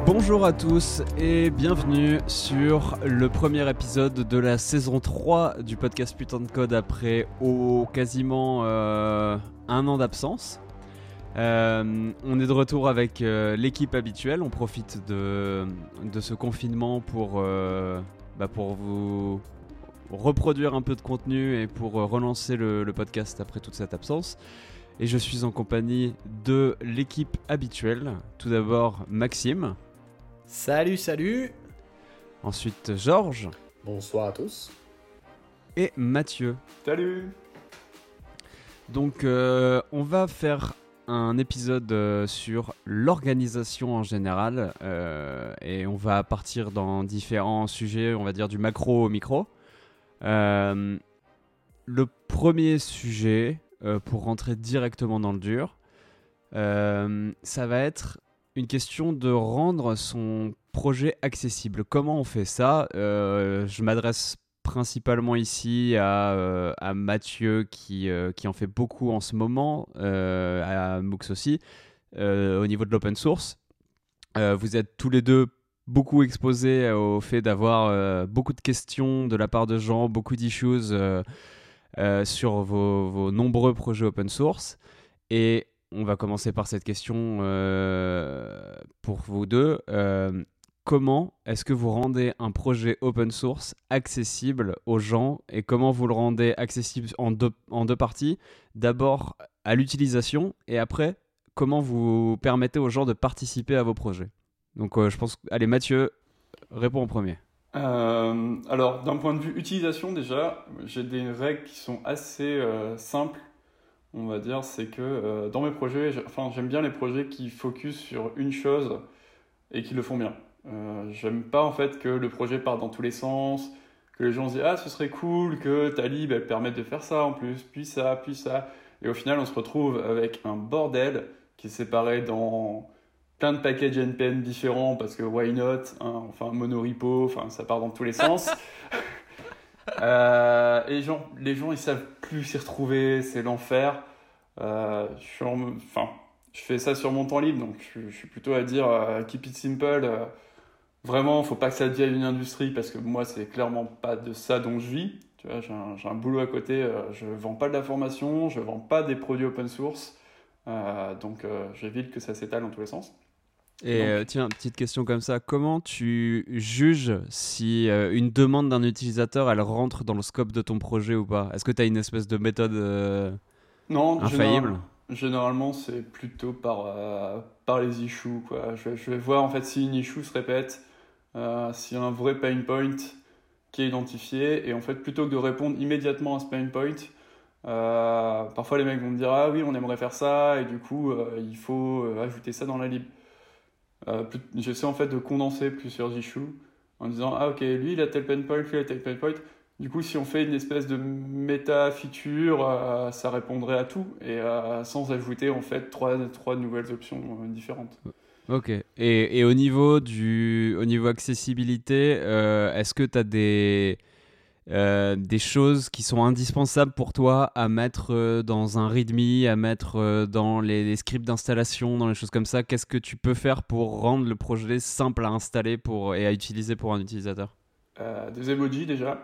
Bonjour à tous et bienvenue sur le premier épisode de la saison 3 du podcast Putain de Code après quasiment un an d'absence. On est de retour avec l'équipe habituelle, on profite de ce confinement pour vous reproduire un peu de contenu et pour relancer le podcast après toute cette absence. Et je suis en compagnie de l'équipe habituelle. Tout d'abord Maxime. Salut. Ensuite Georges. Bonsoir à tous. Et Mathieu. Salut. Donc on va faire un épisode sur l'organisation en général et on va partir dans différents sujets, on va dire du macro au micro. Le premier sujet, pour rentrer directement dans le dur, ça va être une question de rendre son projet accessible. Comment on fait ça ? Je m'adresse principalement ici à Mathieu qui en fait beaucoup en ce moment, à Mux aussi, au niveau de l'open source. Vous êtes tous les deux beaucoup exposés au fait d'avoir beaucoup de questions de la part de gens, beaucoup d'issues sur vos nombreux projets open source. Et on va commencer par cette question pour vous deux. Comment est-ce que vous rendez un projet open source accessible aux gens et comment vous le rendez accessible en deux parties ? D'abord à l'utilisation et après comment vous permettez aux gens de participer à vos projets. Donc je pense, allez Mathieu, réponds en premier. Alors d'un point de vue utilisation déjà, j'ai des règles qui sont assez simples, on va dire. C'est que dans mes projets, j'aime bien les projets qui focus sur une chose et qui le font bien. J'aime pas en fait que le projet parte dans tous les sens, que les gens se disent ah ce serait cool que ta lib elle permette de faire ça en plus, puis ça, et au final on se retrouve avec un bordel qui est séparé dans plein de packages NPM différents parce que why not, hein, enfin monorepo, enfin ça part dans tous les sens. Et les gens ils savent plus s'y retrouver, c'est l'enfer. Je fais ça sur mon temps libre, donc je suis plutôt à dire keep it simple. Vraiment, faut pas que ça devienne une industrie parce que moi, c'est clairement pas de ça dont je vis. Tu vois, j'ai un boulot à côté. Je vends pas de la formation, je vends pas des produits open source. Donc, j'évite que ça s'étale dans tous les sens. Et tiens, petite question comme ça. Comment tu juges si une demande d'un utilisateur, elle rentre dans le scope de ton projet ou pas ? Est-ce que tu as une espèce de méthode infaillible ? Généralement, c'est plutôt par les issues, quoi. Je vais voir en fait si une issue se répète, s'il y a un vrai pain point qui est identifié, et en fait plutôt que de répondre immédiatement à ce pain point, parfois les mecs vont me dire ah oui on aimerait faire ça et du coup il faut ajouter ça dans la lib. J'essaie en fait de condenser plusieurs issues en disant ah ok lui il a tel pain point, lui il a tel pain point. Du coup, si on fait une espèce de méta-feature, ça répondrait à tout, et sans ajouter en fait trois nouvelles options différentes. Ok. Et au niveau accessibilité, est-ce que tu as des choses qui sont indispensables pour toi à mettre dans un README, à mettre dans les scripts d'installation, dans les choses comme ça ? Qu'est-ce que tu peux faire pour rendre le projet simple à installer et à utiliser pour un utilisateur ? Des emojis déjà.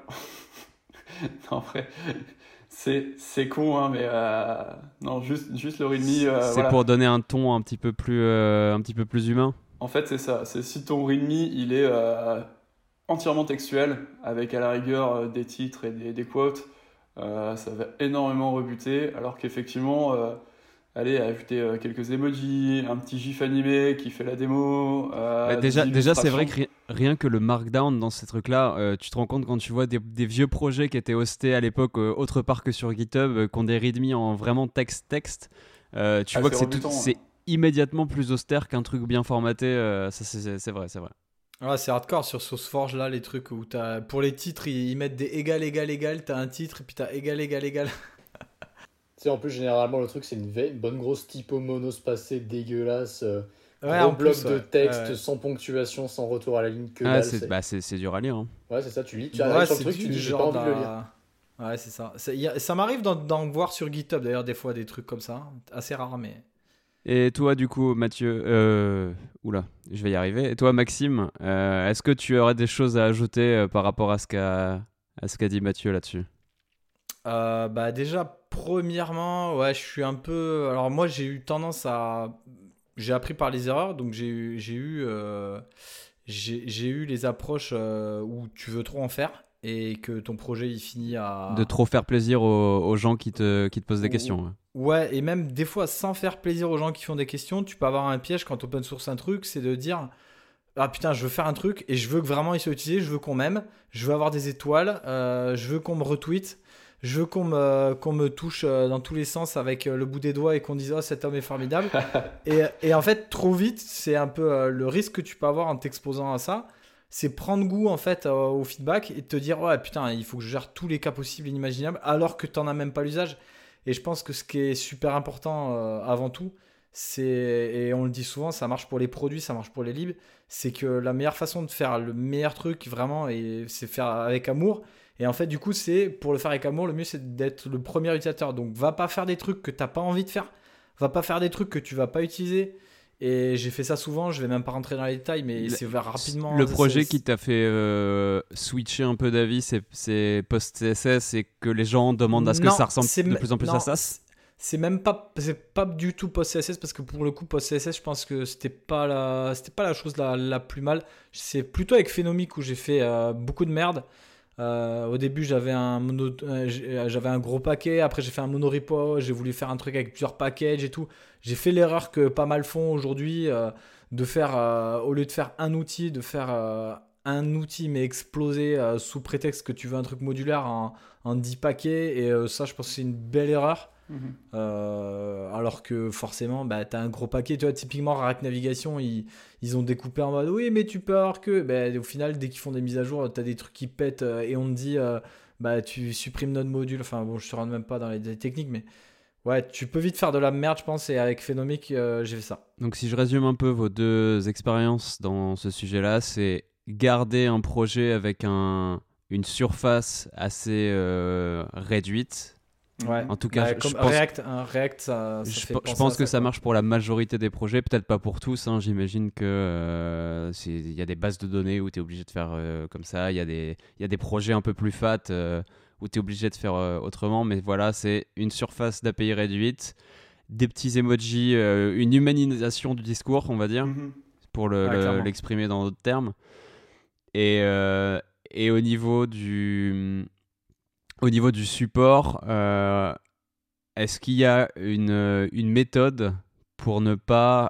En vrai, c'est con, hein, mais non, juste le README. C'est voilà. pour donner un ton un petit peu plus humain. En fait, c'est ça. C'est si ton README il est entièrement textuel, avec à la rigueur des titres et des quotes, ça va énormément rebuter, alors qu'effectivement, ajouter quelques emojis, un petit gif animé qui fait la démo. Déjà c'est vrai que rien que le markdown dans ces trucs-là, tu te rends compte quand tu vois des vieux projets qui étaient hostés à l'époque autre part que sur GitHub, qui ont des readme en vraiment texte, tu vois que c'est immédiatement plus austère qu'un truc bien formaté. Ça c'est vrai. Ouais, c'est hardcore sur SourceForge là, les trucs où pour les titres ils mettent des égal, t'as un titre et puis t'as égal. Tu sais, en plus, généralement, le truc, c'est une bonne grosse typo monospacée dégueulasse. Ouais, gros en bloc plus, de texte, sans ponctuation, sans retour à la ligne que dalle. C'est dur à lire. Hein. Ouais, c'est ça, tu lis. Tu arrives sur le truc, tu dis, j'ai pas envie de le lire. Ouais, c'est ça. Ça m'arrive d'en voir sur GitHub, d'ailleurs, des fois, des trucs comme ça. Assez rare, mais... Et toi, du coup, Mathieu, oula, je vais y arriver. Et toi, Maxime, est-ce que tu aurais des choses à ajouter par rapport à ce qu'a dit Mathieu là-dessus? Bah déjà, premièrement, ouais, je suis un peu. Alors moi, j'ai eu tendance à. J'ai appris par les erreurs, donc j'ai eu les approches où tu veux trop en faire et que ton projet il finit De à. trop faire plaisir aux gens qui te posent des Ou- questions. Ouais. Ouais, et même des fois, sans faire plaisir aux gens qui font des questions, tu peux avoir un piège quand tu open source un truc, c'est de dire ah putain, je veux faire un truc et je veux que vraiment il soit utilisé, je veux qu'on m'aime, je veux avoir des étoiles, je veux qu'on me retweet, je veux qu'on me touche dans tous les sens avec le bout des doigts et qu'on dise oh cet homme est formidable. Et en fait, trop vite, c'est un peu le risque que tu peux avoir en t'exposant à ça, c'est prendre goût en fait au feedback et te dire ouais putain, il faut que je gère tous les cas possibles et inimaginables alors que tu n'en as même pas l'usage. Et je pense que ce qui est super important avant tout, et on le dit souvent, ça marche pour les produits, ça marche pour les livres, c'est que la meilleure façon de faire le meilleur truc vraiment, c'est faire avec amour. Et en fait, du coup, c'est pour le faire avec amour, le mieux c'est d'être le premier utilisateur. Donc, va pas faire des trucs que t'as pas envie de faire, va pas faire des trucs que tu vas pas utiliser. Et j'ai fait ça souvent, je vais même pas rentrer dans les détails, mais c'est rapidement. Le projet qui t'a fait switcher un peu d'avis, c'est Post-CSS et que les gens demandent à ce que Non, ça ressemble c'est de plus en plus non, à ça? c'est pas du tout post-CSS parce que pour le coup post-CSS je pense que c'était pas la chose la plus mal. C'est plutôt avec Phénomique où j'ai fait beaucoup de merde. Au début j'avais un gros paquet, après j'ai fait un monorepo, j'ai voulu faire un truc avec plusieurs packages et tout. J'ai fait l'erreur que pas mal font aujourd'hui de faire au lieu de faire un outil, de faire un outil mais explosé sous prétexte que tu veux un truc modulaire en 10 paquets et ça je pense que c'est une belle erreur. Mhm. Alors que forcément bah, tu as un gros paquet, tu vois, typiquement React Navigation ils ont découpé en mode oui mais tu peux avoir que bah, au final dès qu'ils font des mises à jour tu as des trucs qui pètent et on te dit bah tu supprimes notre module, enfin bon je te rentre même pas dans les détails techniques mais ouais tu peux vite faire de la merde je pense et avec Phénomique j'ai fait ça. Donc si je résume un peu vos deux expériences dans ce sujet-là, c'est garder un projet avec une surface assez réduite. Ouais. En tout cas, Bah, je comme pense, React ça je, fait je penser pense à que ça, ça quoi. marche pour la majorité des projets, peut-être pas pour tous. Hein. J'imagine que il y a des bases de données où tu es obligé de faire comme ça. Il y a des projets un peu plus fat où tu es obligé de faire autrement. Mais voilà, c'est une surface d'API réduite, des petits emojis, une humanisation du discours, on va dire, Mhm. pour Clairement. l'exprimer dans d'autres termes. Et au niveau du support, est-ce qu'il y a une méthode pour ne pas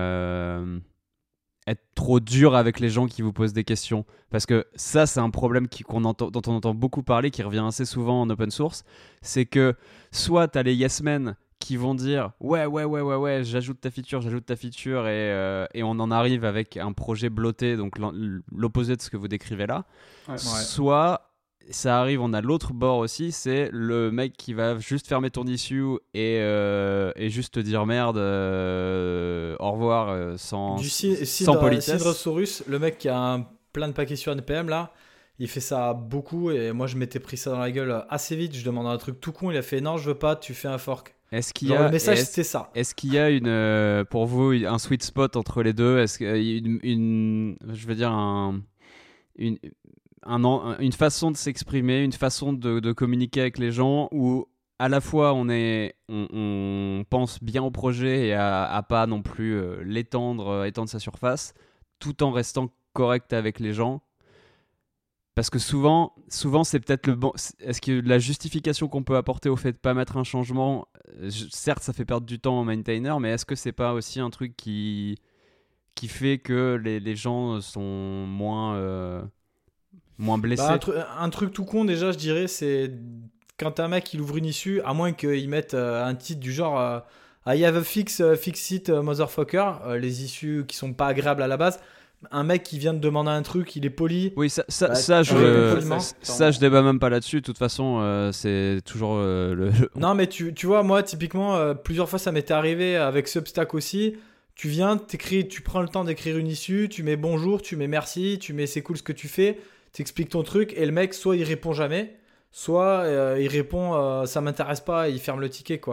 être trop dur avec les gens qui vous posent des questions? Parce que ça, c'est un problème dont on entend beaucoup parler, qui revient assez souvent en open source. C'est que soit tu as les yes men qui vont dire ouais, j'ajoute ta feature et on en arrive avec un projet blotté, donc l'opposé de ce que vous décrivez là. Ouais. Soit ça arrive, on a l'autre bord aussi, c'est le mec qui va juste fermer ton issue et juste te dire merde, au revoir, sans politesse. Sidrosaurus, le mec qui a plein de paquets sur NPM là, il fait ça beaucoup et moi je m'étais pris ça dans la gueule assez vite. Je demandais un truc tout con, il a fait non, je veux pas, tu fais un fork. Est-ce qu'il y Genre, a, le message c'était ça. est-ce qu'il y a pour vous un sweet spot entre les deux? Est-ce qu'il y a je veux dire une, une façon de s'exprimer, une façon de communiquer avec les gens où à la fois on pense bien au projet et à pas non plus étendre sa surface, tout en restant correct avec les gens? Parce que souvent c'est peut-être le bon. Est-ce que la justification qu'on peut apporter au fait de pas mettre un changement, certes ça fait perdre du temps au maintainer, mais est-ce que c'est pas aussi un truc qui fait que les gens sont moins blessés? Bah, un truc tout con déjà, je dirais, c'est quand un mec il ouvre une issue, à moins qu'il mette un titre du genre I have a fix it motherfucker, les issues qui sont pas agréables à la base. Un mec qui vient de demander un truc, il est poli. Oui, Bah, je débat même pas là-dessus. De toute façon, c'est toujours Non, mais tu vois, moi, typiquement, plusieurs fois, ça m'était arrivé avec Substack aussi. Tu viens, tu prends le temps d'écrire une issue, tu mets bonjour, tu mets merci, tu mets c'est cool ce que tu fais, tu expliques ton truc, et le mec, soit il répond jamais, soit il répond ça m'intéresse pas, et il ferme le ticket, quoi.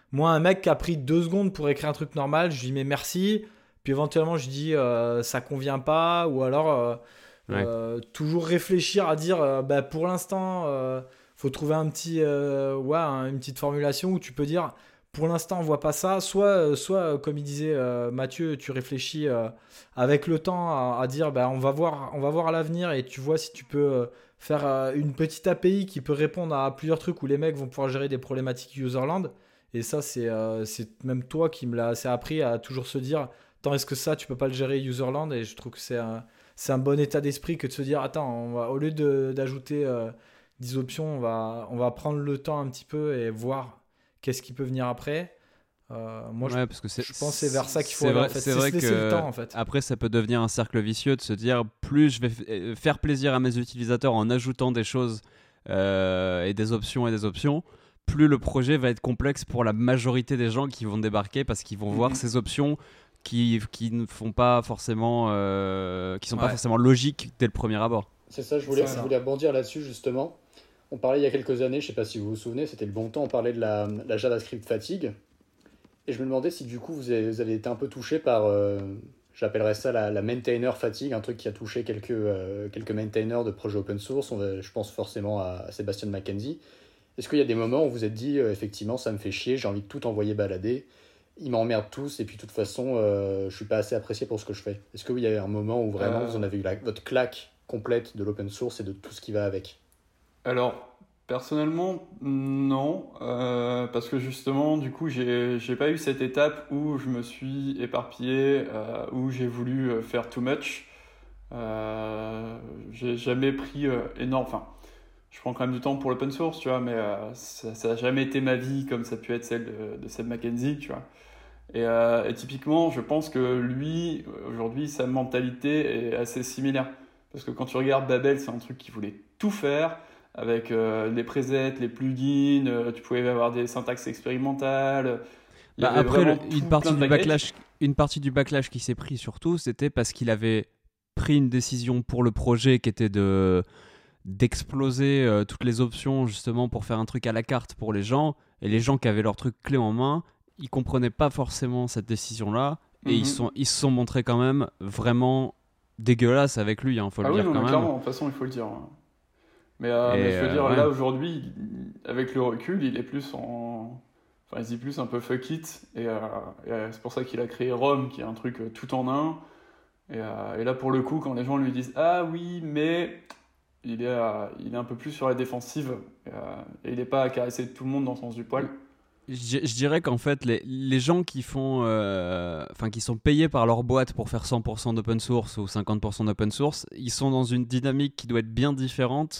Moi, un mec qui a pris 2 secondes pour écrire un truc normal, je lui dis mais merci. Puis éventuellement, je dis ça convient pas. Ou alors, toujours réfléchir à dire bah, pour l'instant, faut trouver une petite formulation où tu peux dire pour l'instant, on voit pas ça. Soit comme il disait Mathieu, tu réfléchis avec le temps à dire bah, on va voir à l'avenir et tu vois si tu peux faire une petite API qui peut répondre à plusieurs trucs où les mecs vont pouvoir gérer des problématiques userland. Et ça, c'est même toi qui me l'as assez appris à toujours se dire attends, est-ce que ça, tu peux pas le gérer userland? Et je trouve que c'est un bon état d'esprit que de se dire attends, au lieu d'ajouter 10 options, on va prendre le temps un petit peu et voir qu'est-ce qui peut venir après. Moi, parce que je pense que c'est vers ça qu'il faut c'est aller, vrai, en fait. c'est C'est vrai se laisser que le temps, en fait. après ça peut devenir un cercle vicieux de se dire plus je vais faire plaisir à mes utilisateurs en ajoutant des choses et des options, plus le projet va être complexe pour la majorité des gens qui vont débarquer parce qu'ils vont voir ces options qui ne font pas forcément qui sont pas forcément logiques dès le premier abord. C'est ça, je voulais rebondir là-dessus justement. On parlait il y a quelques années, je sais pas si vous vous souvenez, c'était le bon temps, on parlait de la JavaScript fatigue. Et je me demandais si du coup vous avez été un peu touché par, j'appellerais ça la maintainer fatigue, un truc qui a touché quelques maintainers de projets open source. Je pense forcément à Sébastien Mackenzie. Est-ce qu'il y a des moments où vous êtes dit, effectivement, ça me fait chier, j'ai envie de tout envoyer balader, ils m'emmerdent tous, et puis de toute façon, je suis pas assez apprécié pour ce que je fais. Est-ce qu'il y a un moment où vraiment vous en avez eu votre claque complète de l'open source et de tout ce qui va avec? Alors, personnellement, non, parce que justement, du coup, j'ai pas eu cette étape où je me suis éparpillé, où j'ai voulu faire too much. J'ai jamais pris énorme. Enfin, je prends quand même du temps pour l'open source, tu vois, mais ça a jamais été ma vie comme ça a pu être celle de Seb Mackenzie, tu vois. Et typiquement, je pense que lui, aujourd'hui, sa mentalité est assez similaire. Parce que quand tu regardes Babel, c'est un truc qui voulait tout faire, avec les presets, les plugins, tu pouvais avoir des syntaxes expérimentales. Après, une partie du backlash qui s'est pris surtout, c'était parce qu'il avait pris une décision pour le projet qui était d'exploser toutes les options justement pour faire un truc à la carte pour les gens, et les gens qui avaient leur truc clé en main, ils comprenaient pas forcément cette décision-là, et ils se sont montrés quand même vraiment dégueulasses avec lui, faut le dire quand même. Clairement, de toute façon, il faut le dire. Mais je veux dire, là aujourd'hui, avec le recul, il est plus Enfin, il dit plus un peu fuck it, et c'est pour ça qu'il a créé Rome, qui est un truc tout en un. Et là, pour le coup, quand les gens lui disent ah oui, mais il est un peu plus sur la défensive, et il n'est pas à caresser tout le monde dans le sens du poil. Je dirais qu'en fait, les gens qui font, qui sont payés par leur boîte pour faire 100% d'open source ou 50% d'open source, ils sont dans une dynamique qui doit être bien différente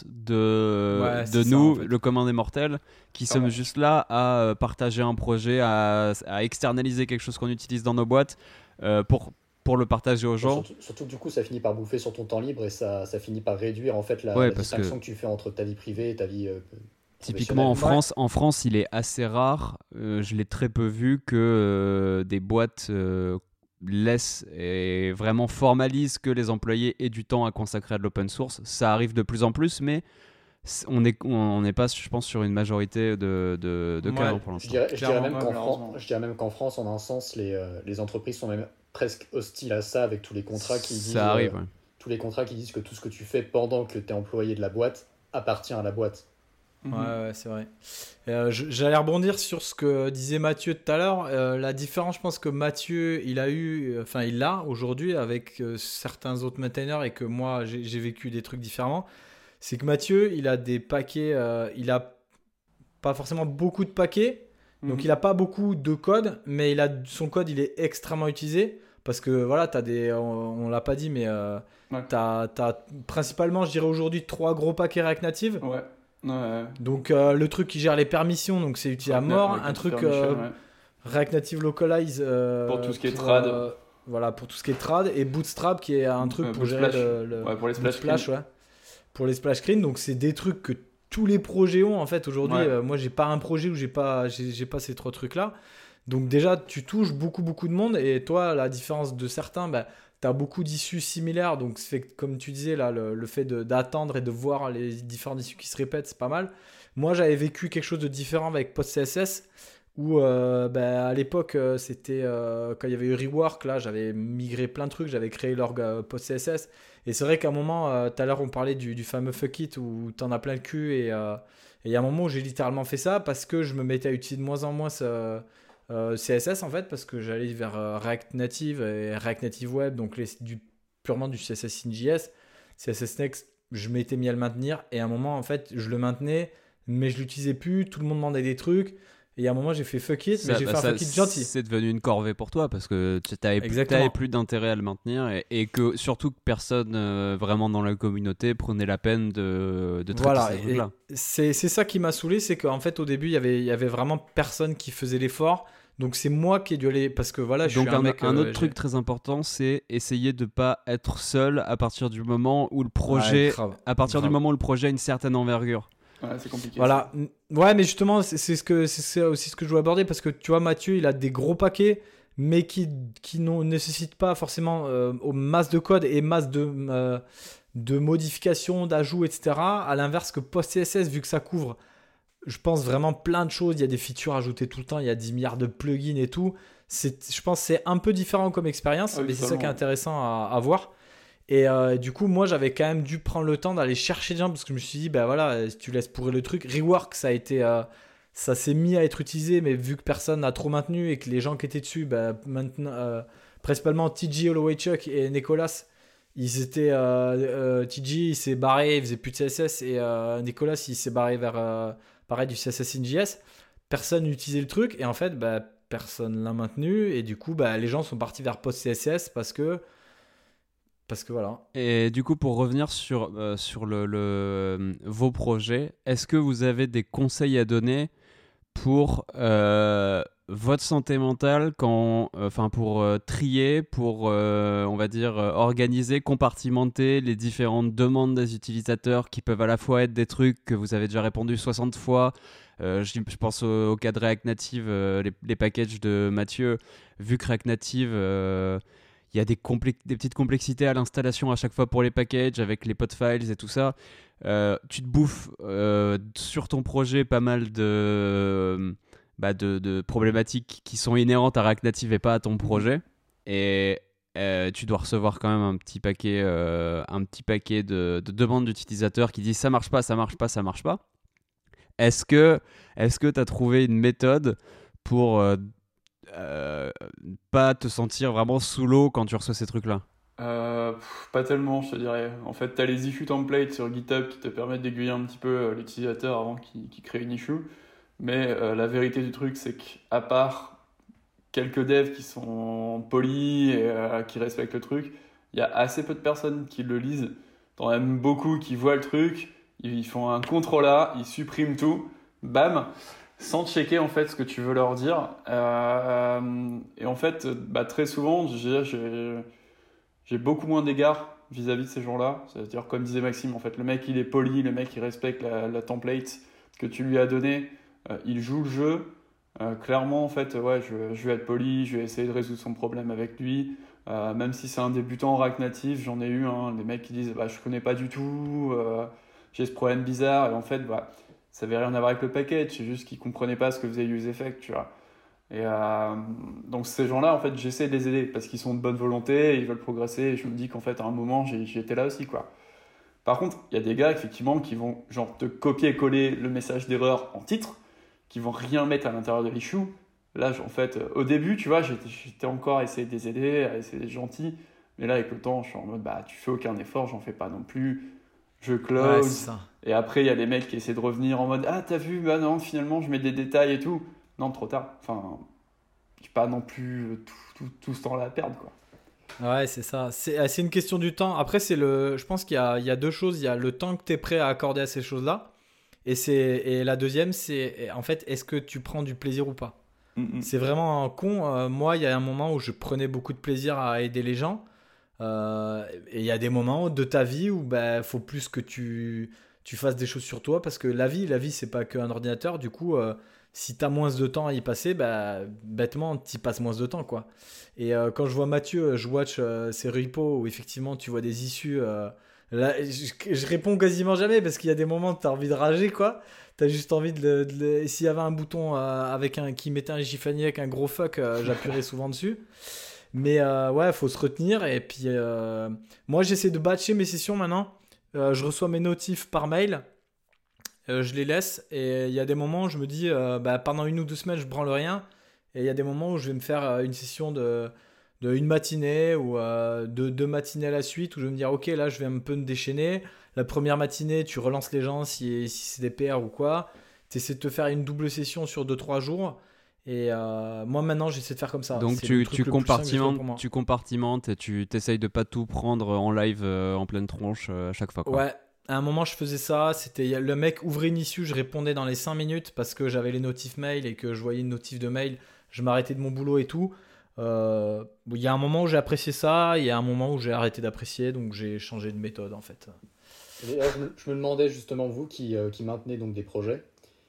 de nous, ça, en fait. Le commun des mortels, qui sommes juste là à partager un projet, à externaliser quelque chose qu'on utilise dans nos boîtes pour le partager aux gens. Surtout que du coup, ça finit par bouffer sur ton temps libre et ça finit par réduire en fait la distinction que tu fais entre ta vie privée et ta vie. Typiquement en France, il est assez rare, je l'ai très peu vu, que des boîtes laissent et vraiment formalisent que les employés aient du temps à consacrer à de l'open source. Ça arrive de plus en plus, mais on n'est pas, je pense, sur une majorité de cas pour l'instant. Je dirais même qu'en France, en un sens, les entreprises sont même presque hostiles à ça, avec tous les contrats qui disent tous les contrats qui disent que tout ce que tu fais pendant que tu es employé de la boîte appartient à la boîte. Ouais, c'est vrai. J'allais rebondir sur ce que disait Mathieu tout à l'heure. La différence, je pense que Mathieu, il l'a aujourd'hui avec certains autres maintainers, et que moi, j'ai vécu des trucs différemment. C'est que Mathieu, il a des paquets, il a pas forcément beaucoup de paquets, donc il a pas beaucoup de code, mais son code, il est extrêmement utilisé, parce que voilà, on l'a pas dit, mais t'as principalement, je dirais aujourd'hui, 3 gros paquets React Native. Ouais. Donc le truc qui gère les permissions, donc c'est utilisé à mort. Un truc React Native Localize pour tout ce qui est trad. Voilà, pour tout ce qui est trad, et Bootstrap qui est un truc pour gérer pour les splash screens. Pour les splash screens. Donc c'est des trucs que tous les projets ont en fait aujourd'hui. Moi j'ai pas un projet où j'ai pas ces 3 trucs là. Donc déjà tu touches beaucoup de monde, et toi, la différence de certains, tu as beaucoup d'issues similaires, donc c'est fait, comme tu disais là, le fait d'attendre et de voir les différentes issues qui se répètent, c'est pas mal. Moi, j'avais vécu quelque chose de différent avec PostCSS, où à l'époque, c'était quand il y avait eu Rework, là, j'avais migré plein de trucs, j'avais créé l'org post-CSS. Et c'est vrai qu'à un moment, tout à l'heure, on parlait du fameux fuck it où t'en as plein le cul. Et il y a un moment où j'ai littéralement fait ça parce que je me mettais à utiliser de moins en moins CSS, en fait, parce que j'allais vers React Native et React Native Web, donc purement du CSS in JS. CSS Next, je m'étais mis à le maintenir. Et à un moment, en fait, je le maintenais, mais je l'utilisais plus. Tout le monde demandait des trucs. Et à un moment, j'ai fait fuck it, mais j'ai fait un fuck it gentil. C'est devenu une corvée pour toi parce que tu n'avais plus d'intérêt à le maintenir et que surtout que personne vraiment dans la communauté prenait la peine de traiter ces trucs-là. C'est ça qui m'a saoulé, c'est qu'en fait, au début, il y avait vraiment personne qui faisait l'effort. Donc, c'est moi qui ai dû aller. Parce que voilà, je suis un mec. Un autre truc très important, c'est essayer de ne pas être seul à partir du moment où le projet, du moment où le projet a une certaine envergure. Ouais, c'est compliqué. Voilà. Ouais, mais justement, c'est aussi ce que je veux aborder parce que tu vois, Mathieu, il a des gros paquets, mais qui ne nécessitent pas forcément aux masses de code et masses de modifications, d'ajouts, etc. À l'inverse que PostCSS, vu que ça couvre, je pense vraiment plein de choses. Il y a des features ajoutées tout le temps, il y a 10 milliards de plugins et tout. Je pense que c'est un peu différent comme expérience, mais c'est ça qui est intéressant à voir. Et du coup, moi, j'avais quand même dû prendre le temps d'aller chercher des gens parce que je me suis dit, bah voilà, si tu laisses pourrir le truc. Rework, ça s'est mis à être utilisé, mais vu que personne n'a trop maintenu et que les gens qui étaient dessus, bah, maintenant, principalement TG, Hollowaychuk et Nicolas, ils étaient. TG, il s'est barré, il faisait plus de CSS et Nicolas, il s'est barré vers pareil du CSS in JS. Personne n'utilisait le truc et en fait, bah, personne l'a maintenu et du coup, bah, les gens sont partis vers post-CSS parce que voilà. Et du coup, pour revenir sur vos projets, est-ce que vous avez des conseils à donner pour votre santé mentale, pour trier, pour, on va dire, organiser, compartimenter les différentes demandes des utilisateurs qui peuvent à la fois être des trucs que vous avez déjà répondu 60 fois. Je pense au cas de React Native, les packages de Mathieu, vu que React Native... il y a des petites complexités à l'installation à chaque fois pour les packages avec les pod files et tout ça. Tu te bouffes sur ton projet pas mal de problématiques qui sont inhérentes à React Native et pas à ton projet. Et tu dois recevoir quand même un petit paquet de demandes d'utilisateurs qui disent ça marche pas, ça marche pas, ça marche pas. Est-ce que tu as trouvé une méthode pour pas te sentir vraiment sous l'eau quand tu reçois ces trucs-là? Pas tellement, je te dirais. En fait, tu as les issue templates sur GitHub qui te permettent d'aiguiller un petit peu l'utilisateur avant qu'il crée une issue. Mais la vérité du truc, c'est qu'à part quelques devs qui sont polis et qui respectent le truc, il y a assez peu de personnes qui le lisent. T'en as même beaucoup qui voient le truc, ils font un CTRL-A, ils suppriment tout, bam, sans checker en fait ce que tu veux leur dire. Et en fait, très souvent, j'ai beaucoup moins d'égards vis-à-vis de ces gens-là. C'est-à-dire, comme disait Maxime, en fait, le mec il est poli, le mec il respecte la template que tu lui as donnée, il joue le jeu. Clairement, en fait, ouais, je vais être poli, je vais essayer de résoudre son problème avec lui. Même si c'est un débutant en React Native, j'en ai eu des mecs qui disent je connais pas du tout, j'ai ce problème bizarre, et en fait, ça avait rien à voir avec le package, c'est juste qu'ils comprenaient pas ce que faisait UseEffect, tu vois. Et donc ces gens-là, en fait, j'essaie de les aider parce qu'ils sont de bonne volonté, ils veulent progresser, et je me dis qu'en fait, à un moment, j'y étais là aussi, quoi. Par contre, il y a des gars, effectivement, qui vont genre te copier-coller le message d'erreur en titre, qui vont rien mettre à l'intérieur de l'issue. Là, en fait, au début, tu vois, j'étais encore à essayer de les aider, à essayer d'être gentil. Mais là, avec le temps, je suis en mode, tu fais aucun effort, j'en fais pas non plus. Je close. Ouais, c'est ça. Et après, il y a des mecs qui essaient de revenir en mode, t'as vu, non, finalement, je mets des détails et tout. Non, trop tard. Enfin, j'ai pas non plus tout ce temps-là à perdre, quoi. Ouais, c'est ça. C'est une question du temps. Après, je pense qu'il y a deux choses. Il y a le temps que tu es prêt à accorder à ces choses-là. Et la deuxième, c'est en fait, est-ce que tu prends du plaisir ou pas? C'est vraiment un con. Moi, il y a un moment où je prenais beaucoup de plaisir à aider les gens. Et il y a des moments de ta vie où faut plus que tu fasses des choses sur toi. Parce que la vie, c'est pas qu'un ordinateur. Du coup, si tu as moins de temps à y passer, bêtement, tu y passes moins de temps, quoi. Et quand je vois Mathieu, je watch ses repos où effectivement tu vois des issues Là, je réponds quasiment jamais parce qu'il y a des moments où t'as envie de rager, quoi. T'as juste envie et s'il y avait un bouton qui mettait un gif avec un gros fuck, j'appuierais souvent dessus. Mais ouais, faut se retenir. Et puis, moi, j'essaie de batcher mes sessions maintenant. Je reçois mes notifs par mail. Je les laisse. Et il y a des moments où je me dis, pendant 1 ou 2 semaines, je branle rien. Et il y a des moments où je vais me faire une session de une matinée ou de 2 matinées à la suite où je vais me dire, ok, là, je vais un peu me déchaîner. La première matinée, tu relances les gens si c'est des PR ou quoi. Tu essaies de te faire une double session sur 2-3 jours. Et moi maintenant j'essaie de faire comme ça. Donc tu compartimentes et tu t'essayes de pas tout prendre en live en pleine tronche à chaque fois, quoi. Ouais, à un moment je faisais ça. C'était le mec ouvrait une issue, je répondais dans les 5 minutes parce que j'avais les notifs mail et que je voyais une notif de mail. Je m'arrêtais de mon boulot et tout. Il y a un moment où j'ai apprécié ça, il y a un moment où j'ai arrêté d'apprécier, donc j'ai changé de méthode en fait. Et alors, je me demandais justement, vous qui maintenez donc des projets,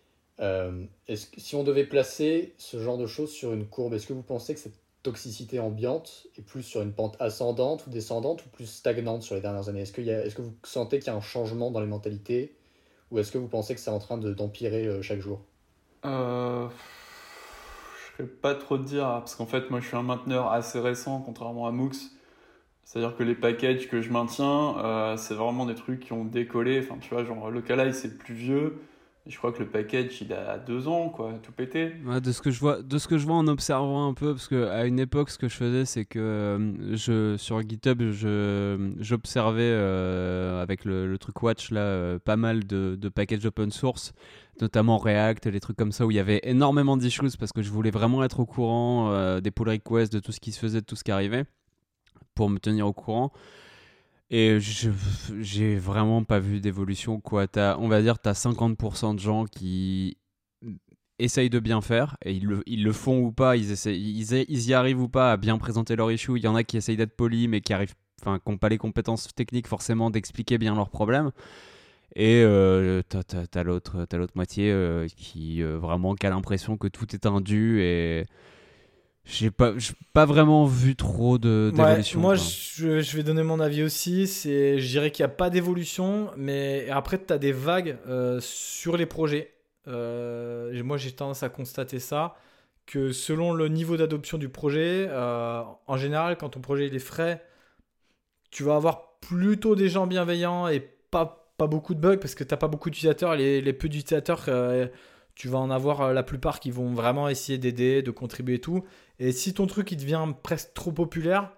si on devait placer ce genre de choses sur une courbe, est-ce que vous pensez que cette toxicité ambiante est plus sur une pente ascendante ou descendante ou plus stagnante sur les dernières années? Est-ce que vous sentez qu'il y a un changement dans les mentalités ou est-ce que vous pensez que c'est en train d'empirer chaque jour? Je ne saurais pas trop te dire, parce qu'en fait, moi, je suis un mainteneur assez récent, contrairement à Mooks. C'est-à-dire que les packages que je maintiens, c'est vraiment des trucs qui ont décollé. Enfin, tu vois, genre, Localize, c'est plus vieux. Et je crois que le package, il a 2 ans, quoi, tout pété. Ouais, de ce que je vois en observant un peu, parce qu'à une époque, ce que je faisais, c'est que sur GitHub, j'observais avec le truc Watch, là, pas mal de packages open source, notamment React, les trucs comme ça, où il y avait énormément d'issues, parce que je voulais vraiment être au courant des pull requests, de tout ce qui se faisait, de tout ce qui arrivait, pour me tenir au courant. Et j'ai vraiment pas vu d'évolution, quoi. On va dire t'as 50% de gens qui essayent de bien faire, et ils le font ou pas, ils y arrivent ou pas à bien présenter leur issue. Il y en a qui essayent d'être polis, mais qui n'ont pas les compétences techniques forcément d'expliquer bien leurs problèmes. Et t'as l'autre moitié qui vraiment a l'impression que tout est un dû, et j'ai pas vraiment vu trop d'évolution. Ouais, moi, je vais donner mon avis aussi. Je dirais qu'il n'y a pas d'évolution, mais après, tu as des vagues sur les projets. Moi, j'ai tendance à constater ça, que selon le niveau d'adoption du projet, en général, quand ton projet il est frais, tu vas avoir plutôt des gens bienveillants et pas beaucoup de bugs parce que tu n'as pas beaucoup d'utilisateurs. Les peu d'utilisateurs, tu vas en avoir la plupart qui vont vraiment essayer d'aider, de contribuer et tout. Et si ton truc il devient presque trop populaire,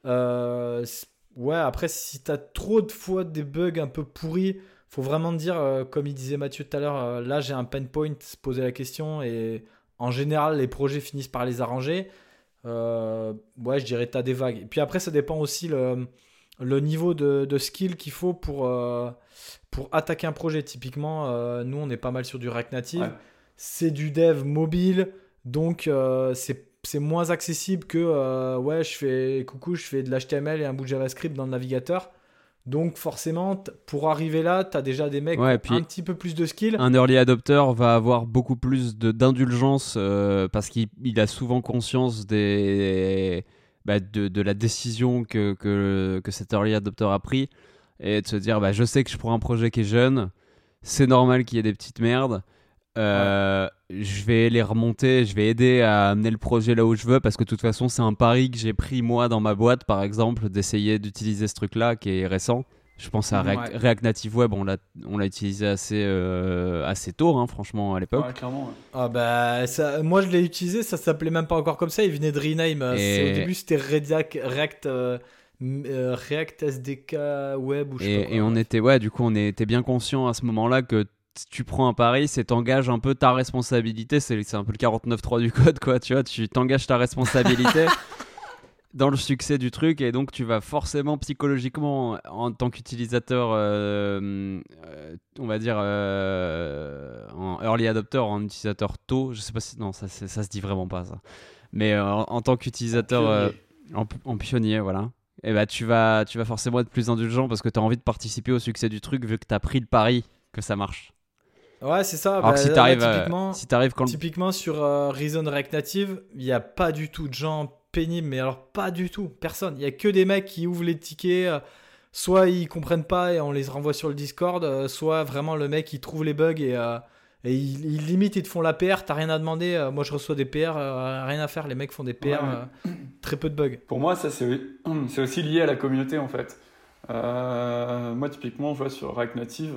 ouais, après si tu as trop de fois des bugs un peu pourris, faut vraiment te dire, comme il disait Mathieu tout à l'heure, là j'ai un pain point, se poser la question, et en général les projets finissent par les arranger. Ouais, je dirais que tu as des vagues. Et puis après ça dépend aussi le niveau de skill qu'il faut pour attaquer un projet. Typiquement, nous on est pas mal sur du React Native. Ouais. C'est du dev mobile, donc c'est moins accessible que ouais, je fais de l'HTML et un bout de JavaScript dans le navigateur. Donc forcément, pour arriver là, tu as déjà des mecs qui ont un petit peu plus de skill. Un early adopter va avoir beaucoup plus d'indulgence parce qu'il a souvent conscience de la décision que cet early adopter a pris, et de se dire je sais que je prends un projet qui est jeune, c'est normal qu'il y ait des petites merdes. Je vais les remonter, je vais aider à amener le projet là où je veux, parce que de toute façon c'est un pari que j'ai pris moi dans ma boîte, par exemple, d'essayer d'utiliser ce truc là qui est récent. Je pense à React Native Web, on l'a utilisé assez tôt, hein, franchement, à l'époque. Ouais, clairement. Ouais. Ah moi je l'ai utilisé, ça s'appelait même pas encore comme ça, il venait de rename. Au début c'était React SDK Web ou je sais pas. Et on était bien conscient à ce moment-là que tu prends un pari, c'est t'engages un peu ta responsabilité, c'est un peu le 49.3 du code, quoi, tu vois, tu t'engages ta responsabilité dans le succès du truc, et donc tu vas forcément psychologiquement, en tant qu'utilisateur, on va dire en early adopter, en utilisateur tôt, je sais pas si, non, ça se dit vraiment pas ça, mais en tant qu'utilisateur en pionnier, voilà. Et tu vas forcément être plus indulgent parce que tu as envie de participer au succès du truc, vu que tu as pris le pari que ça marche. Ouais, c'est ça. Alors que si t'arrives typiquement sur Reason React Native, il n'y a pas du tout de gens pénibles, mais alors pas du tout, personne. Il n'y a que des mecs qui ouvrent les tickets. soit ils comprennent pas et on les renvoie sur le Discord, soit vraiment le mec il trouve les bugs et ils limite ils te font la PR, t'as rien à demander. Moi je reçois des PR, rien à faire, les mecs font des PR, très peu de bugs. Pour moi, ça c'est aussi lié à la communauté en fait. Moi, typiquement, je vois sur React Native,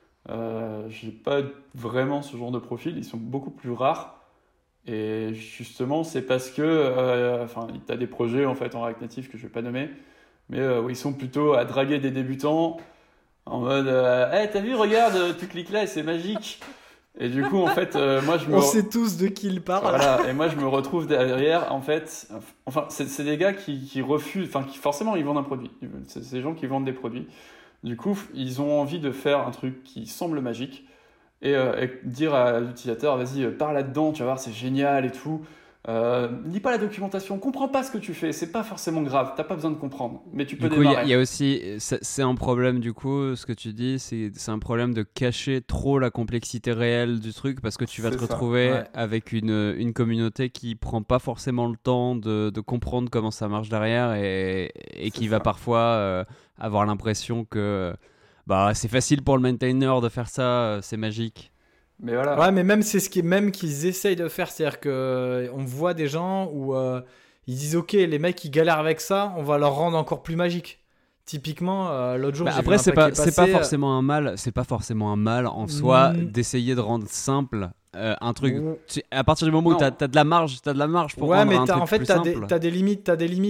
j'ai pas vraiment ce genre de profil, ils sont beaucoup plus rares. Et justement, c'est parce que, t'as des projets en fait en React Native que je vais pas nommer, mais où ils sont plutôt à draguer des débutants en mode, hey, t'as vu, regarde, tu cliques là et c'est magique. Et du coup, en fait, moi je me. On sait tous de qui il parle. Voilà, et moi je me retrouve derrière, en fait. Enfin, c'est des gars qui refusent, enfin, qui forcément ils vendent un produit. C'est des gens qui vendent des produits. Du coup, ils ont envie de faire un truc qui semble magique et dire à l'utilisateur, vas-y, parle là-dedans, tu vas voir, c'est génial et tout. Lis pas la documentation, comprends pas ce que tu fais, c'est pas forcément grave, t'as pas besoin de comprendre, mais tu peux Du coup, démarrer. il y a aussi, c'est un problème du coup, ce que tu dis, c'est un problème de cacher trop la complexité réelle du truc parce que tu vas te C'est ça, retrouver ouais. avec une communauté qui prend pas forcément le temps de comprendre comment ça marche derrière et qui C'est va ça. parfois avoir l'impression que bah, c'est facile pour le maintainer de faire ça, c'est magique. Mais voilà. Ouais, mais même c'est ce qui même qu'ils essayent de faire, c'est-à-dire que on voit des gens où ils disent ok, les mecs ils galèrent avec ça, on va leur rendre encore plus magique. Typiquement, l'autre jour, Bah, j'ai après, vu un paquet c'est pas passer, forcément un mal, c'est pas forcément un mal en soi Mm. d'essayer de rendre simple un truc. Ou- À partir du moment où Non. t'as de la marge, pour Ouais, rendre mais un truc en fait, plus t'as simple. des limites,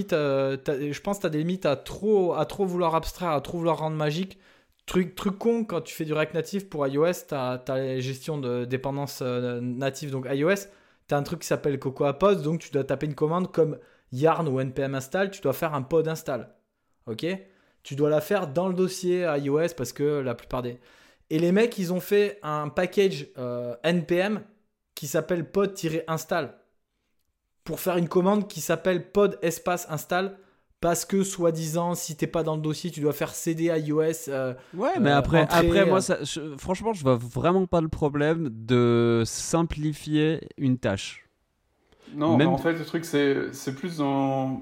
je pense que t'as des limites à trop vouloir abstraire, à trop vouloir rendre magique. Truc con, quand tu fais du React Native pour iOS, t'as la gestion de dépendance native, donc iOS, t'as un truc qui s'appelle Cocoa Pods, donc tu dois taper une commande comme yarn ou npm install, tu dois faire un pod install. Ok? Tu dois la faire dans le dossier iOS parce que la plupart des. Et les mecs, ils ont fait un package npm qui s'appelle pod-install pour faire une commande qui s'appelle pod espace install parce que soi-disant si t'es pas dans le dossier tu dois faire cd à iOS Ouais, mais après, moi, entrer, franchement, je vois vraiment pas le problème de simplifier une tâche. Non, Même- mais en fait, le truc, c'est plus dans.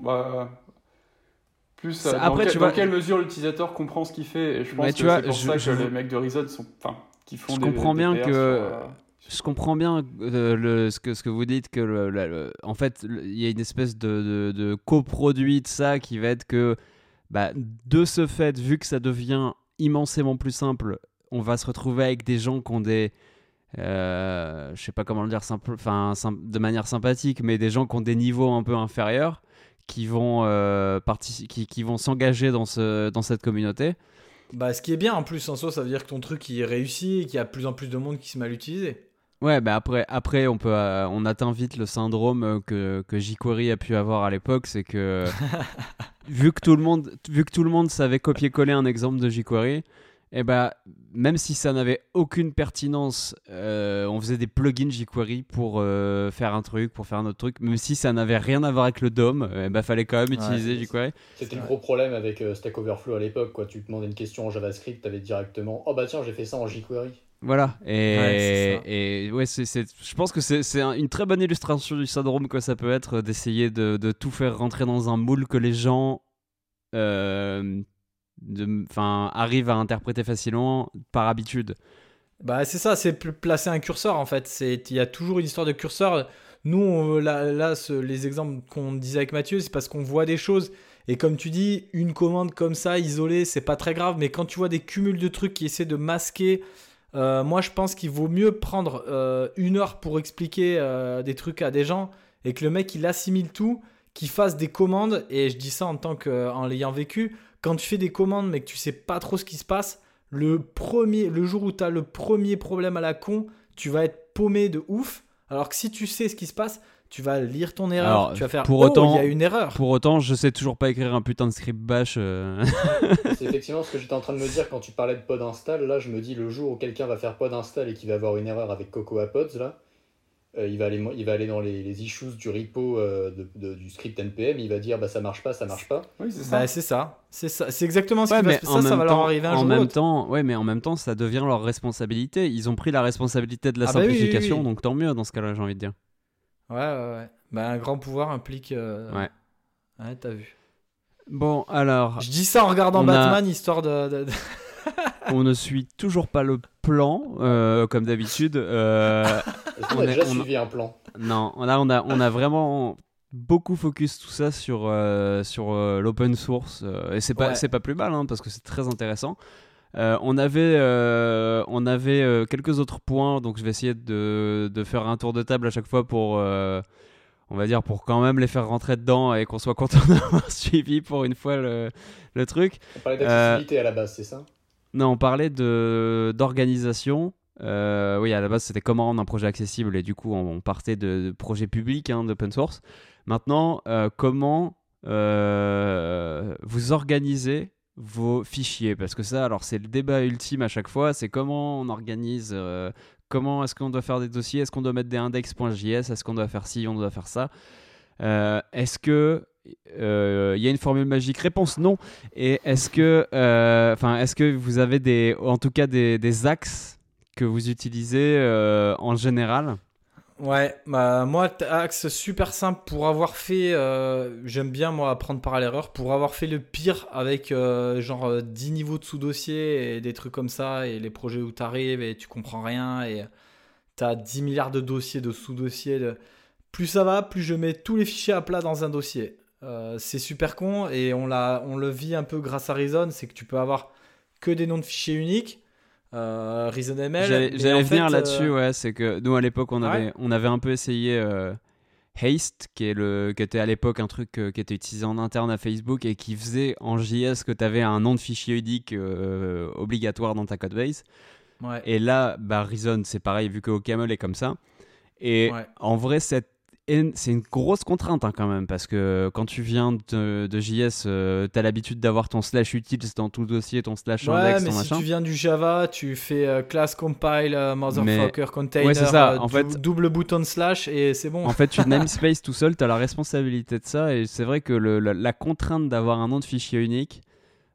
Plus Après, tu dans vois- quelle mesure l'utilisateur comprend ce qu'il fait. Et je pense Mais que tu vois, c'est pour ça je- que les mecs de Reason sont. Enfin, qui font Je des. comprends des bien PR que- sur, Je comprends bien ce que vous dites, que en fait, il y a une espèce de coproduit de ça qui va être que, bah, de ce fait, vu que ça devient immensément plus simple, on va se retrouver avec des gens qui ont des. Je sais pas comment le dire de manière sympathique, mais des gens qui ont des niveaux un peu inférieurs qui vont, qui vont s'engager dans cette communauté. bah, ce qui est bien en plus en soi ça veut dire que ton truc il réussit et qu'il y a de plus en plus de monde qui se met à l'utiliser. Ouais, bah après on atteint vite le syndrome que jQuery a pu avoir à l'époque, c'est que vu que tout le monde savait copier-coller un exemple de jQuery, et bah même si ça n'avait aucune pertinence, on faisait des plugins jQuery pour faire un truc, pour faire un autre truc, même si ça n'avait rien à voir avec le DOM, et bah fallait quand même utiliser jQuery. C'était le gros problème avec Stack Overflow à l'époque, quoi. Tu te demandais une question en JavaScript, t'avais directement oh bah tiens, j'ai fait ça en jQuery. Voilà, Ouais, c'est ça. et ouais, je pense que c'est une très bonne illustration du syndrome que ça peut être d'essayer de tout faire rentrer dans un moule que les gens arrivent à interpréter facilement par habitude. Bah c'est ça, c'est placer un curseur en fait. Il y a toujours une histoire de curseur. Nous, les exemples qu'on disait avec Mathieu, c'est parce qu'on voit des choses. Et comme tu dis, une commande comme ça, isolée, c'est pas très grave. Mais quand tu vois des cumuls de trucs qui essaient de masquer, moi je pense qu'il vaut mieux prendre 1 heure pour expliquer des trucs à des gens et que le mec il assimile tout, qu'il fasse des commandes. Et je dis ça en l'ayant vécu. Quand tu fais des commandes mais que tu sais pas trop ce qui se passe, le jour où tu as le premier problème à la con, tu vas être paumé de ouf. Alors que si tu sais ce qui se passe, tu vas lire ton erreur, Alors, tu vas faire pour oh, autant- il y a une erreur. Pour autant, je sais toujours pas écrire un putain de script bash. C'est effectivement ce que j'étais en train de me dire quand tu parlais de pod install. Là, je me dis le jour où quelqu'un va faire pod install et qu'il va avoir une erreur avec Cocoa Pods, là, il va aller dans les issues du repo du script npm, il va dire bah ça marche pas. Oui, c'est ça. Bah, c'est ça. C'est exactement ce Ouais, qui va mais se passer. Ça va leur arriver un en jour ou même l'autre. temps, ouais, mais en même temps, ça devient leur responsabilité. Ils ont pris la responsabilité de la Ah bah oui, oui, simplification, oui. donc tant mieux dans ce cas-là, j'ai envie de dire. Ouais. Bah, un grand pouvoir implique. Ouais. Ouais, t'as vu. Bon, alors, Je dis ça en regardant On a- Batman, histoire de- on ne suit toujours pas le plan, comme d'habitude. Est-ce qu'on On a est- déjà on- suivi un plan? Non, on a vraiment beaucoup focus tout ça sur, l'open source. Et Ouais. c'est pas plus mal, hein, parce que c'est très intéressant. On avait quelques autres points, donc je vais essayer de faire un tour de table à chaque fois pour, on va dire, pour quand même les faire rentrer dedans et qu'on soit content d'avoir suivi pour une fois le truc. On parlait d'accessibilité à la base, c'est ça? Non, on parlait d'organisation. Oui, à la base, c'était comment rendre un projet accessible et du coup, on partait de projets publics, hein, d'open source. Maintenant, comment vous organisez vos fichiers? Parce que ça, alors, c'est le débat ultime à chaque fois. C'est comment on organise, comment est-ce qu'on doit faire des dossiers? Est-ce qu'on doit mettre des index.js? Est-ce qu'on doit faire ci? On doit faire ça? Est-ce que il y a une formule magique? Réponse non. Et est-ce que vous avez en tout cas des axes que vous utilisez en général? Ouais, bah moi, axe super simple pour avoir fait, j'aime bien moi apprendre par l'erreur, pour avoir fait le pire avec 10 niveaux de sous-dossiers et des trucs comme ça, et les projets où t'arrives et tu comprends rien, et t'as 10 milliards de dossiers, de sous-dossiers. Plus ça va, plus je mets tous les fichiers à plat dans un dossier. C'est super con, et on le vit un peu grâce à Reason, c'est que tu peux avoir que des noms de fichiers uniques, ReasonML, mais J'allais en venir fait, là-dessus, ouais. C'est que nous, à l'époque, ouais. on avait un peu essayé Haste, qui était à l'époque un truc qui était utilisé en interne à Facebook et qui faisait en JS que tu avais un nom de fichier unique obligatoire dans ta codebase. Ouais. Et là, bah, Reason, c'est pareil, vu que OCaml est comme ça. Et Ouais. en vrai, c'est une grosse contrainte, hein, quand même, parce que quand tu viens de JS, t'as l'habitude d'avoir ton slash utils dans tout dossier, ton slash Ouais, index, mais ton si machin. tu viens du Java, tu fais class compile motherfucker container, ouais, c'est ça. En fait, double bouton slash et c'est bon. En fait, tu namespace tout seul, tu as la responsabilité de ça. Et c'est vrai que la contrainte d'avoir un nom de fichier unique,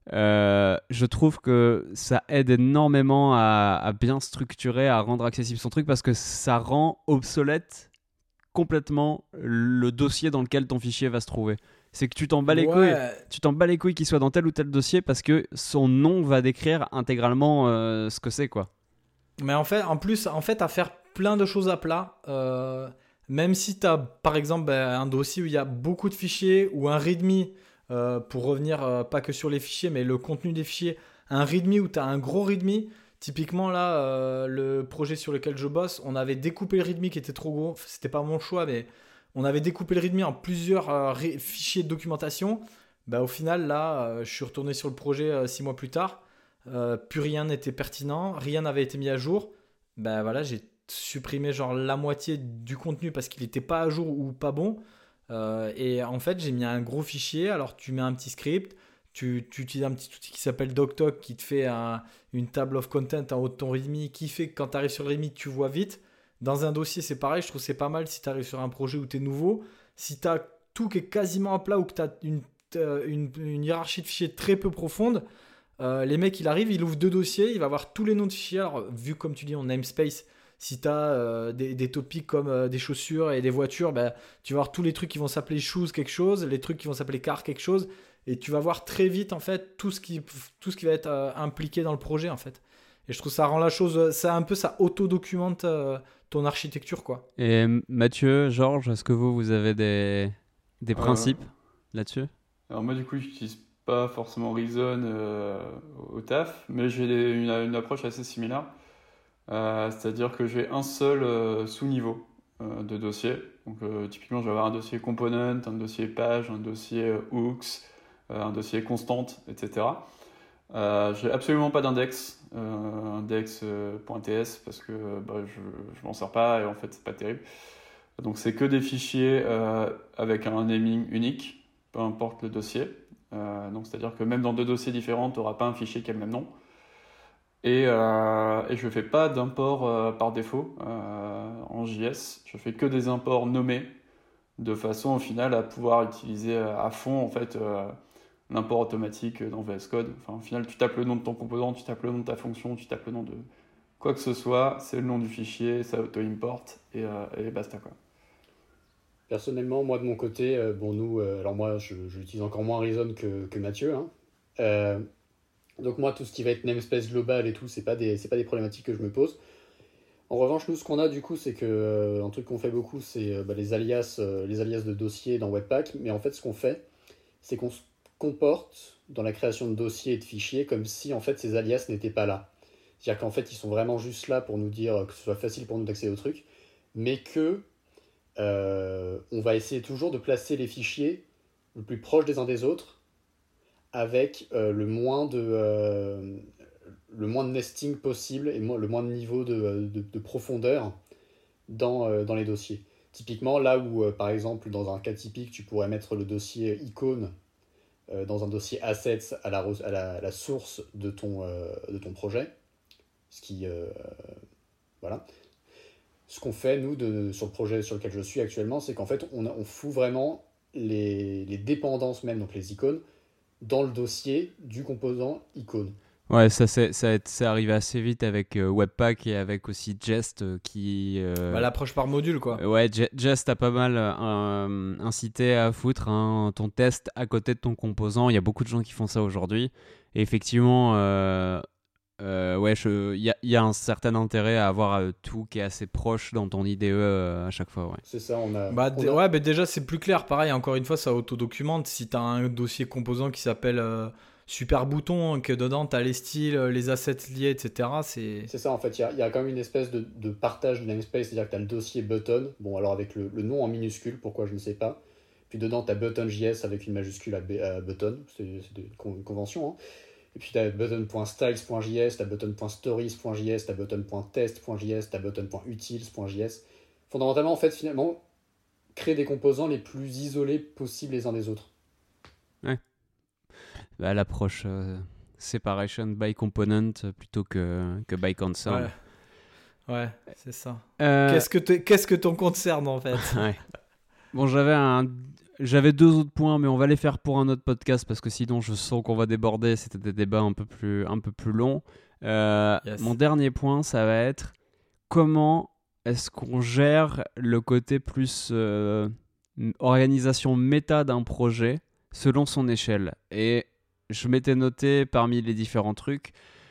je trouve que ça aide énormément à bien structurer, à rendre accessible son truc, parce que ça rend obsolète complètement le dossier dans lequel ton fichier va se trouver. C'est que tu t'en bats les couilles. Ouais, Tu t'en bats les couilles qu'il soit dans tel ou tel dossier parce que son nom va décrire intégralement ce que c'est, quoi. mais en plus, à faire plein de choses à plat, même si tu as par exemple un dossier où il y a beaucoup de fichiers ou un README, pour revenir pas que sur les fichiers, mais le contenu des fichiers, un README où tu as un gros README. Typiquement là, le projet sur lequel je bosse, on avait découpé le README qui était trop gros. C'était pas mon choix, mais on avait découpé le README en plusieurs fichiers de documentation. Bah, au final, là, je suis retourné sur le projet 6 mois plus tard. Plus rien n'était pertinent, rien n'avait été mis à jour. Bah voilà, j'ai supprimé genre la moitié du contenu parce qu'il n'était pas à jour ou pas bon. Et en fait, j'ai mis un gros fichier. Alors, tu mets un petit script, tu utilises un petit outil qui s'appelle DocTalk qui te fait une table of content en haut de ton README qui fait que quand tu arrives sur le README, tu vois vite. Dans un dossier, c'est pareil. Je trouve que c'est pas mal si tu arrives sur un projet où tu es nouveau. Si tu as tout qui est quasiment à plat ou que tu as une hiérarchie de fichiers très peu profonde, les mecs, il arrive, il ouvre deux dossiers, il va avoir tous les noms de fichiers. Alors, vu comme tu dis en namespace, si tu as des topics comme des chaussures et des voitures, bah, tu vas avoir tous les trucs qui vont s'appeler shoes quelque chose, les trucs qui vont s'appeler car quelque chose, et tu vas voir très vite en fait tout ce qui va être impliqué dans le projet en fait. Et je trouve que ça rend la chose, ça auto-documente ton architecture quoi. Et Mathieu, Georges, est-ce que vous avez des principes là-dessus? Alors moi du coup j'utilise pas forcément Reason au taf, mais j'ai une approche assez similaire. C'est-à-dire que j'ai un seul sous-niveau de dossier. Donc typiquement je vais avoir un dossier component, un dossier page, un dossier hooks, un dossier constante, etc. J'ai absolument pas d'index, index.ts parce que je m'en sers pas et en fait c'est pas terrible. Donc c'est que des fichiers avec un naming unique, peu importe le dossier. Donc c'est-à-dire que même dans deux dossiers différents, tu n'auras pas un fichier qui a le même nom. Et je ne fais pas d'import par défaut en JS. Je fais que des imports nommés de façon au final à pouvoir utiliser à fond en fait l'import automatique dans VS Code. Enfin, au final, tu tapes le nom de ton composant, tu tapes le nom de ta fonction, tu tapes le nom de quoi que ce soit, c'est le nom du fichier, ça auto-importe et basta quoi. Personnellement, moi de mon côté, alors moi j'utilise encore moins Reason que Mathieu, hein. Euh, donc moi tout ce qui va être namespace global et tout, c'est pas des problématiques que je me pose. En revanche, nous ce qu'on a du coup, c'est que un truc qu'on fait beaucoup, c'est les alias de dossiers dans Webpack. Mais en fait, ce qu'on fait, c'est qu'on se comporte dans la création de dossiers et de fichiers comme si en fait ces alias n'étaient pas là. C'est-à-dire qu'en fait, ils sont vraiment juste là pour nous dire que ce soit facile pour nous d'accéder au truc, mais que on va essayer toujours de placer les fichiers le plus proche des uns des autres avec le moins de nesting possible et le moins de niveau de profondeur dans les dossiers. Typiquement, là où, par exemple, dans un cas typique, tu pourrais mettre le dossier icône dans un dossier assets à la source de ton projet, ce qui, voilà. Ce qu'on fait, nous, sur le projet sur lequel je suis actuellement, c'est qu'en fait, on fout vraiment les dépendances même, donc les icônes, dans le dossier du composant icône. Ouais, c'est arrivé assez vite avec Webpack et avec aussi Jest qui... l'approche par module, quoi. Ouais, Jest a pas mal incité à foutre ton test à côté de ton composant. Il y a beaucoup de gens qui font ça aujourd'hui. Et effectivement, ouais, il y a un certain intérêt à avoir tout qui est assez proche dans ton IDE à chaque fois. Ouais. C'est ça, Ouais, mais déjà, c'est plus clair. Pareil, encore une fois, ça autodocumente. Si tu as un dossier composant qui s'appelle Super Bouton, que dedans, tu as les styles, les assets liés, etc. C'est ça, en fait. Il y a quand même une espèce de partage de namespace. C'est-à-dire que tu as le dossier button, bon, alors avec le nom en minuscule, pourquoi je ne sais pas. Puis dedans, tu as button.js avec une majuscule à button. C'est une convention, hein. Et puis tu as button.styles.js, tu as button.stories.js, tu as button.test.js, tu as button.utils.js. Fondamentalement, en fait, finalement, créer des composants les plus isolés possibles les uns des autres. Ouais. Bah, l'approche separation by component plutôt que by concern. Ouais, c'est ça. Qu'est-ce que ton concerne, en fait? Ouais. Bon, j'avais 2 autres points, mais on va les faire pour un autre podcast parce que sinon je sens qu'on va déborder. C'était des débats un peu plus longs. Yes. Mon dernier point, ça va être comment est-ce qu'on gère le côté plus organisation méta d'un projet selon son échelle. Et je m'étais noté parmi les différents trucs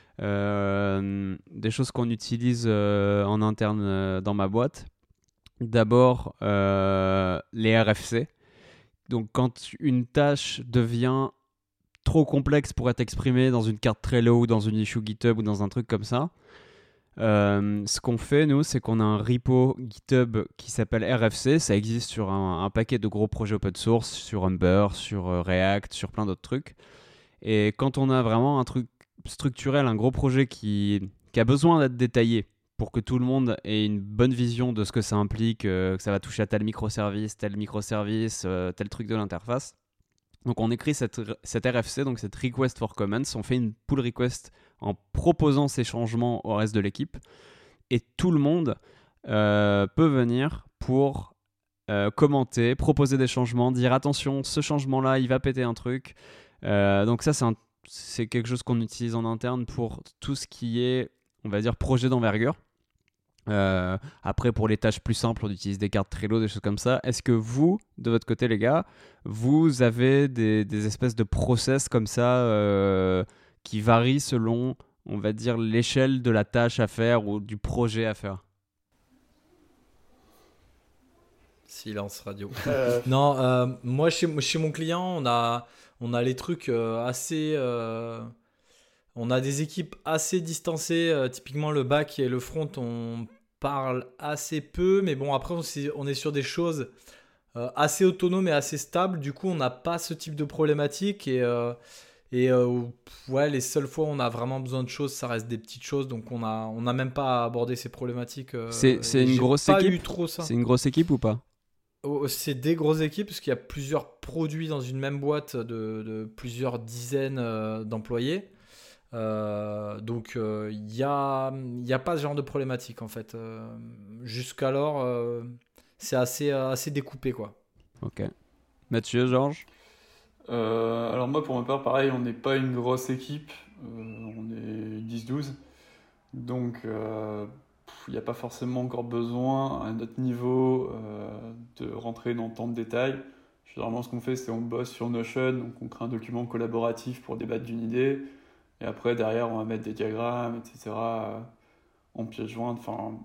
des choses qu'on utilise en interne dans ma boîte. D'abord, les RFC. Donc, quand une tâche devient trop complexe pour être exprimée dans une carte Trello ou dans une issue GitHub ou dans un truc comme ça, ce qu'on fait, nous, c'est qu'on a un repo GitHub qui s'appelle RFC. Ça existe sur un paquet de gros projets open source, sur Ember, sur React, sur plein d'autres trucs. Et quand on a vraiment un truc structurel, un gros projet qui a besoin d'être détaillé, pour que tout le monde ait une bonne vision de ce que ça implique, que ça va toucher à tel microservice, tel truc de l'interface. Donc on écrit cette RFC, donc cette Request for Comments, on fait une pull request en proposant ces changements au reste de l'équipe, et tout le monde peut venir pour commenter, proposer des changements, dire attention, ce changement-là, il va péter un truc. Donc ça, c'est quelque chose qu'on utilise en interne pour tout ce qui est, on va dire, projet d'envergure. Après, pour les tâches plus simples, on utilise des cartes Trello, des choses comme ça. Est-ce que vous, de votre côté, les gars, vous avez des espèces de process comme ça qui varient selon, on va dire, l'échelle de la tâche à faire ou du projet à faire? Silence radio. Non, moi, chez mon client, on a les trucs assez... on a des équipes assez distancées. Typiquement, le back et le front, on parle assez peu. Mais bon, après, on est sur des choses assez autonomes et assez stables. Du coup, on n'a pas ce type de problématique. Ouais, les seules fois où on a vraiment besoin de choses, ça reste des petites choses. Donc, on a même pas abordé ces problématiques. C'est une grosse équipe. Eu trop ça. C'est une grosse équipe ou pas? C'est des grosses équipes parce qu'il y a plusieurs produits dans une même boîte de plusieurs dizaines d'employés. Donc il y a pas ce genre de problématique en fait. Jusqu'alors, c'est assez découpé quoi. Ok. Mathieu, Georges? Alors moi pour ma part pareil, on n'est pas une grosse équipe, on est 10-12, donc il n'y a pas forcément encore besoin, à notre niveau, de rentrer dans tant de détails. Généralement, ce qu'on fait, c'est on bosse sur Notion, donc on crée un document collaboratif pour débattre d'une idée. Et après, derrière, on va mettre des diagrammes, etc., en pièce jointe.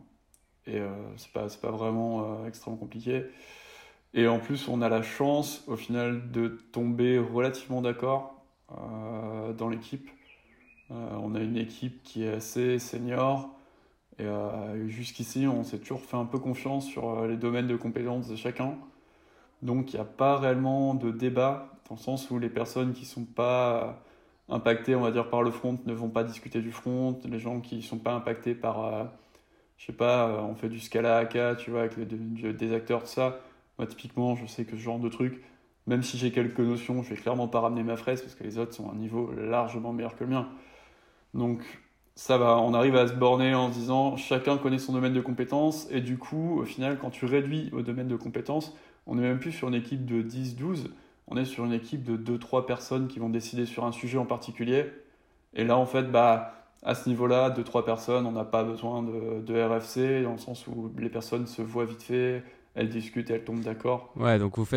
Et c'est pas vraiment extrêmement compliqué. Et en plus, on a la chance, au final, de tomber relativement d'accord dans l'équipe. On a une équipe qui est assez senior. Et jusqu'ici, on s'est toujours fait un peu confiance sur les domaines de compétences de chacun. Donc, il n'y a pas réellement de débat, dans le sens où les personnes qui ne sont pas impactées, on va dire, par le front ne vont pas discuter du front. Les gens qui ne sont pas impactés par, je sais pas, on fait du Scala AK, tu vois, avec des acteurs, tout ça. Moi, typiquement, je sais que ce genre de truc, même si j'ai quelques notions, je vais clairement pas ramener ma fraise parce que les autres sont à un niveau largement meilleur que le mien. Donc, ça va, on arrive à se borner en se disant chacun connaît son domaine de compétences et du coup, au final, quand tu réduis au domaine de compétences, on n'est même plus sur une équipe de 10-12, on est sur une équipe de 2-3 personnes qui vont décider sur un sujet en particulier. Et là, en fait, à ce niveau-là, 2-3 personnes, on n'a pas besoin de RFC, dans le sens où les personnes se voient vite fait, elles discutent et elles tombent d'accord. Ouais, donc vous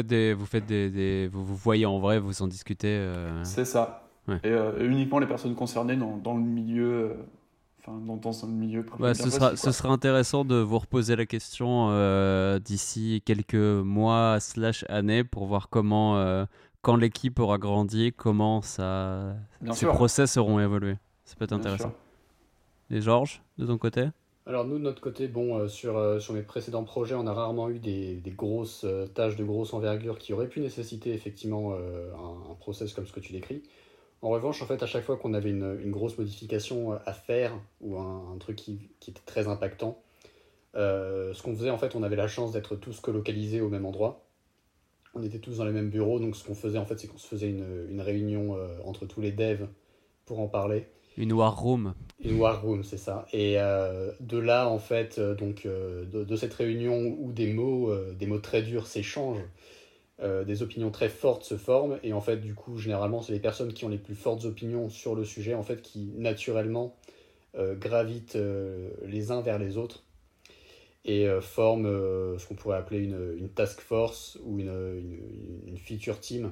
vous voyez en vrai, vous en discutez. C'est ça. Ouais. Et uniquement les personnes concernées dans le milieu, dans un milieu. Ouais, ce sera intéressant de vous reposer la question d'ici quelques mois / années pour voir comment, quand l'équipe aura grandi, comment ces process auront évolué. Ça peut être intéressant. Et Georges, de ton côté ? Alors nous, de notre côté, sur mes précédents projets, on a rarement eu des grosses tâches de grosse envergure qui auraient pu nécessiter effectivement un process comme ce que tu décris. En revanche, en fait, à chaque fois qu'on avait une grosse modification à faire ou un truc qui était très impactant, ce qu'on faisait, en fait, on avait la chance d'être tous colocalisés au même endroit. On était tous dans les mêmes bureaux, donc ce qu'on faisait, en fait, c'est qu'on se faisait une réunion entre tous les devs pour en parler. Une war room. Une war room, c'est ça. Et de là, en fait, de cette réunion où des mots très durs s'échangent, des opinions très fortes se forment. Et en fait, du coup, généralement, c'est les personnes qui ont les plus fortes opinions sur le sujet, en fait, qui naturellement gravitent les uns vers les autres et forment ce qu'on pourrait appeler une task force ou une feature team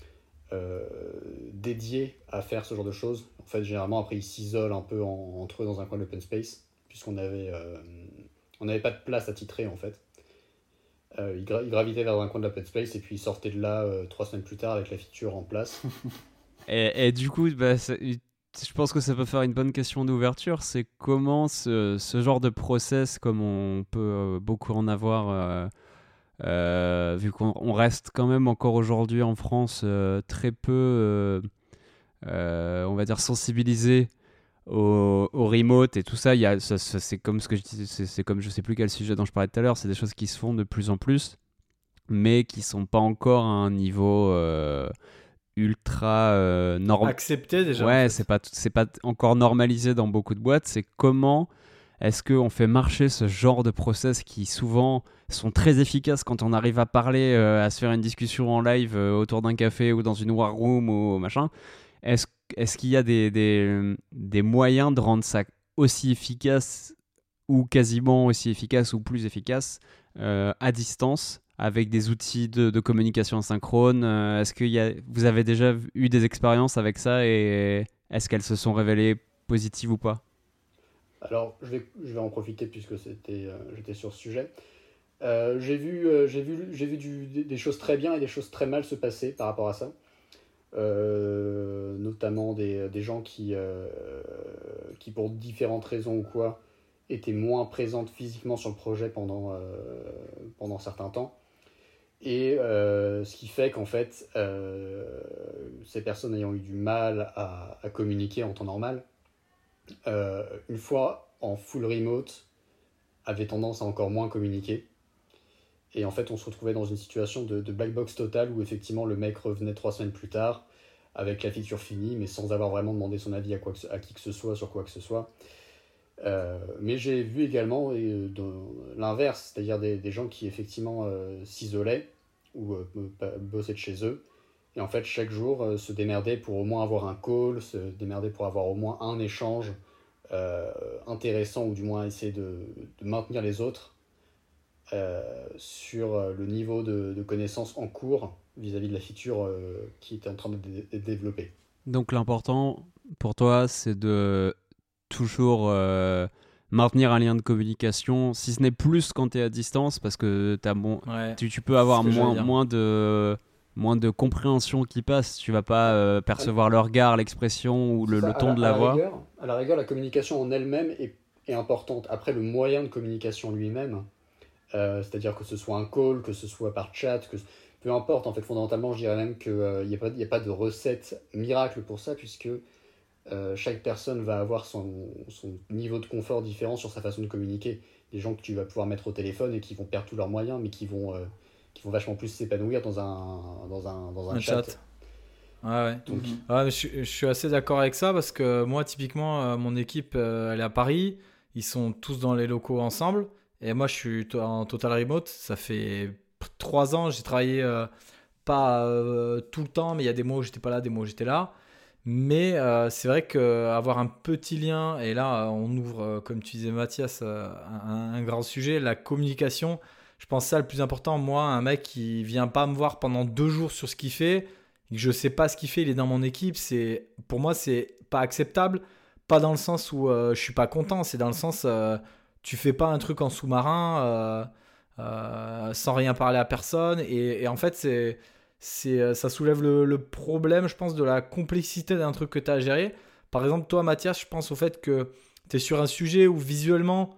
dédiés à faire ce genre de choses. En fait, généralement, après, ils s'isolent un peu entre eux dans un coin de l'open space, puisqu'on n'avait pas de place attitrée, en fait. Ils gravitaient vers un coin de l'open space, et puis ils sortaient de là 3 semaines plus tard avec la feature en place. et du coup, je pense que ça peut faire une bonne question d'ouverture. C'est comment ce genre de process, comme on peut beaucoup en avoir... vu qu'on reste quand même encore aujourd'hui en France très peu, on va dire, sensibilisé au remote et tout ça. C'est comme ce que je disais, c'est comme je sais plus quel sujet dont je parlais tout à l'heure. C'est des choses qui se font de plus en plus, mais qui sont pas encore à un niveau ultra normal. Accepté déjà. Ouais, en fait. c'est pas encore normalisé dans beaucoup de boîtes. C'est comment est-ce qu'on fait marcher ce genre de process qui souvent sont très efficaces quand on arrive à parler, à se faire une discussion en live autour d'un café ou dans une war room ou machin. Est-ce qu'il y a des moyens de rendre ça aussi efficace ou quasiment aussi efficace ou plus efficace à distance avec des outils de communication asynchrone? Est-ce que vous avez déjà eu des expériences avec ça et est-ce qu'elles se sont révélées positives ou pas? Alors, je vais en profiter puisque j'étais sur ce sujet. J'ai vu des choses très bien et des choses très mal se passer par rapport à ça. Notamment des gens qui, pour différentes raisons ou quoi, étaient moins présentes physiquement sur le projet pendant certains temps. Et ce qui fait qu'en fait, ces personnes ayant eu du mal à communiquer en temps normal, une fois en full remote, avaient tendance à encore moins communiquer. Et en fait, on se retrouvait dans une situation de black box totale où effectivement le mec revenait 3 semaines plus tard avec la feature finie, mais sans avoir vraiment demandé son avis à qui que ce soit sur quoi que ce soit. Mais j'ai vu également l'inverse, c'est-à-dire des gens qui effectivement s'isolaient ou bossaient de chez eux. Et en fait, chaque jour, se démerdaient pour au moins avoir un call, se démerdaient pour avoir au moins un échange intéressant, ou du moins essayer de maintenir les autres sur le niveau de connaissance en cours vis-à-vis de la feature qui est en train de développer. Donc l'important pour toi, c'est de toujours maintenir un lien de communication, si ce n'est plus quand tu es à distance, parce que tu peux avoir moins de compréhension qui passe. Tu vas pas percevoir le regard, l'expression ou le ton de la voix. À la rigueur, la communication en elle-même est importante. Après, le moyen de communication lui-même, c'est-à-dire que ce soit un call, que ce soit par chat, peu importe. En fait, fondamentalement, je dirais même qu'il n'y a pas de recette miracle pour ça, puisque chaque personne va avoir son niveau de confort différent sur sa façon de communiquer. Des gens que tu vas pouvoir mettre au téléphone et qui vont perdre tous leurs moyens, mais qui vont vachement plus s'épanouir dans un chat. Ouais. Donc... mais je suis assez d'accord avec ça, parce que moi, typiquement, mon équipe, elle est à Paris. Ils sont tous dans les locaux ensemble. Et moi, je suis en total remote. Ça fait 3 ans. J'ai travaillé pas tout le temps, mais il y a des mois où j'étais pas là, des mois où j'étais là. Mais c'est vrai qu'avoir un petit lien, et là, on ouvre, comme tu disais Mathias, un grand sujet, la communication. Je pense que c'est ça le plus important. Moi, un mec qui vient pas me voir pendant 2 jours sur ce qu'il fait, et que je sais pas ce qu'il fait, il est dans mon équipe, pour moi, c'est pas acceptable. Pas dans le sens où je suis pas content, c'est dans le sens tu fais pas un truc en sous-marin sans rien parler à personne. Et en fait, ça soulève le problème, je pense, de la complexité d'un truc que tu as à gérer. Par exemple, toi, Mathias, je pense au fait que tu es sur un sujet où visuellement,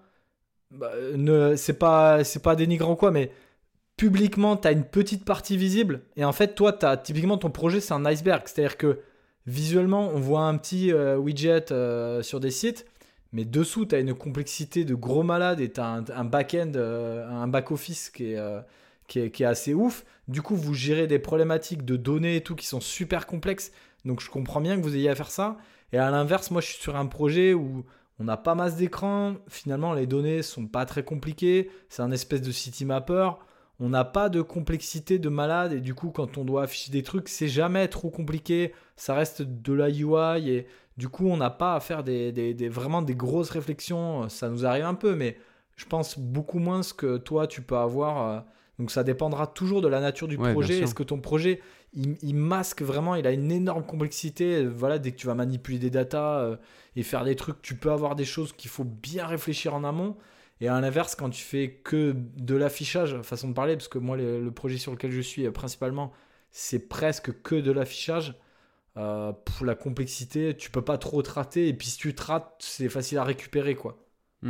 c'est pas dénigrant quoi, mais publiquement, tu as une petite partie visible. Et en fait, toi, typiquement, ton projet, c'est un iceberg. C'est-à-dire que visuellement, on voit un petit widget sur des sites, mais dessous, tu as une complexité de gros malade et tu as un back-end, un back-office qui est assez ouf. Du coup, vous gérez des problématiques de données et tout qui sont super complexes. Donc, je comprends bien que vous ayez à faire ça. Et à l'inverse, moi, je suis sur un projet où on n'a pas masse d'écran. Finalement, les données sont pas très compliquées. C'est un espèce de city mapper. On n'a pas de complexité de malade. Et du coup, quand on doit afficher des trucs, c'est jamais trop compliqué. Ça reste de la UI. Et du coup, on n'a pas à faire vraiment des grosses réflexions. Ça nous arrive un peu, mais je pense beaucoup moins ce que toi, tu peux avoir. Donc ça dépendra toujours de la nature du projet. Est-ce que ton projet, il masque vraiment, il a une énorme complexité. Voilà, dès que tu vas manipuler des datas et faire des trucs, tu peux avoir des choses qu'il faut bien réfléchir en amont. Et à l'inverse, quand tu fais que de l'affichage, façon de parler, parce que moi, le projet sur lequel je suis principalement, c'est presque que de l'affichage. Pour la complexité, tu peux pas trop te rater. Et puis si tu te rates, c'est facile à récupérer, quoi.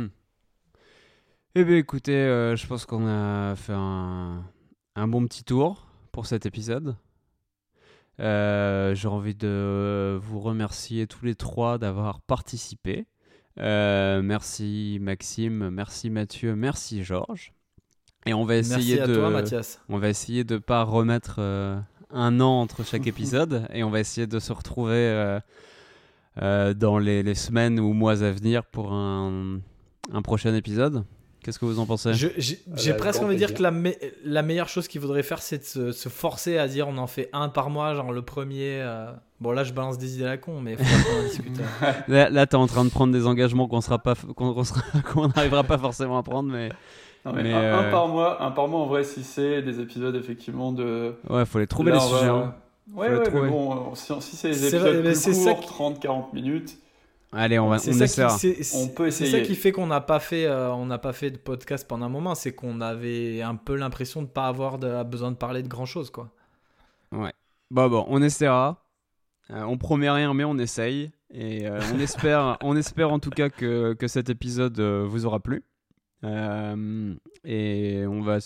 Eh bien écoutez, je pense qu'on a fait un bon petit tour pour cet épisode. J'ai envie de vous remercier tous les 3 d'avoir participé. Merci Maxime, merci Mathieu, merci Georges. Et on va essayer toi, Mathias. On va essayer de pas remettre un an entre chaque épisode et on va essayer de se retrouver dans les semaines ou mois à venir pour un prochain épisode. Qu'est-ce que vous en pensez ? J'ai presque envie de dire que la meilleure chose qu'il faudrait faire, c'est de se forcer à dire on en fait un par mois, genre le premier. Bon, là, je balance des idées à la con, mais il faudra qu'on en discute. Là, t'es en train de prendre des engagements qu'on n'arrivera pas forcément à prendre, mais. Non, mais un par mois, en vrai, si c'est des épisodes effectivement de. Ouais, faut les trouver les sujets. Ouais, mais bon, si c'est des épisodes plus courts, 30-40 minutes. Allez, on essaiera. On peut essayer. C'est ça qui fait qu'on n'a pas fait de podcast pendant un moment, c'est qu'on avait un peu l'impression de ne pas avoir besoin de parler de grand chose, quoi. Ouais. Bon, on essaiera. On promet rien, mais on essaye. Et on espère en tout cas que cet épisode vous aura plu. Et on va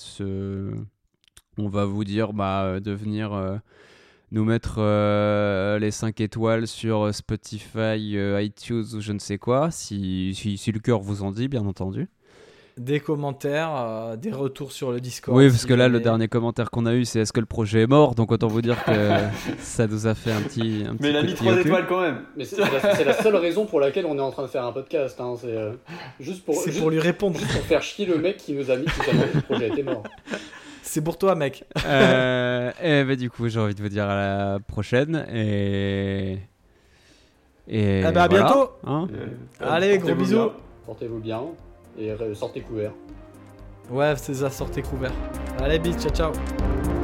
vous dire de venir nous mettre les 5 étoiles sur Spotify, iTunes ou je ne sais quoi, si le cœur vous en dit, bien entendu. Des commentaires, des retours sur le Discord. Oui, parce que là, le dernier commentaire qu'on a eu, c'est est-ce que le projet est mort ? Donc autant vous dire que ça nous a fait un petit mais il a mis 3 étoiles quand même. Mais c'est la seule raison pour laquelle on est en train de faire un podcast. Hein. C'est juste pour lui répondre. Juste pour faire chier le mec qui nous a dit que le projet était mort. C'est pour toi, mec. Et du coup, j'ai envie de vous dire à la prochaine. Et Et À voilà, bientôt. hein. Allez, gros portez-vous bisous. bien. Portez-vous bien et sortez couverts. Ouais, c'est ça, sortez couvert. Allez, bis, ciao ciao.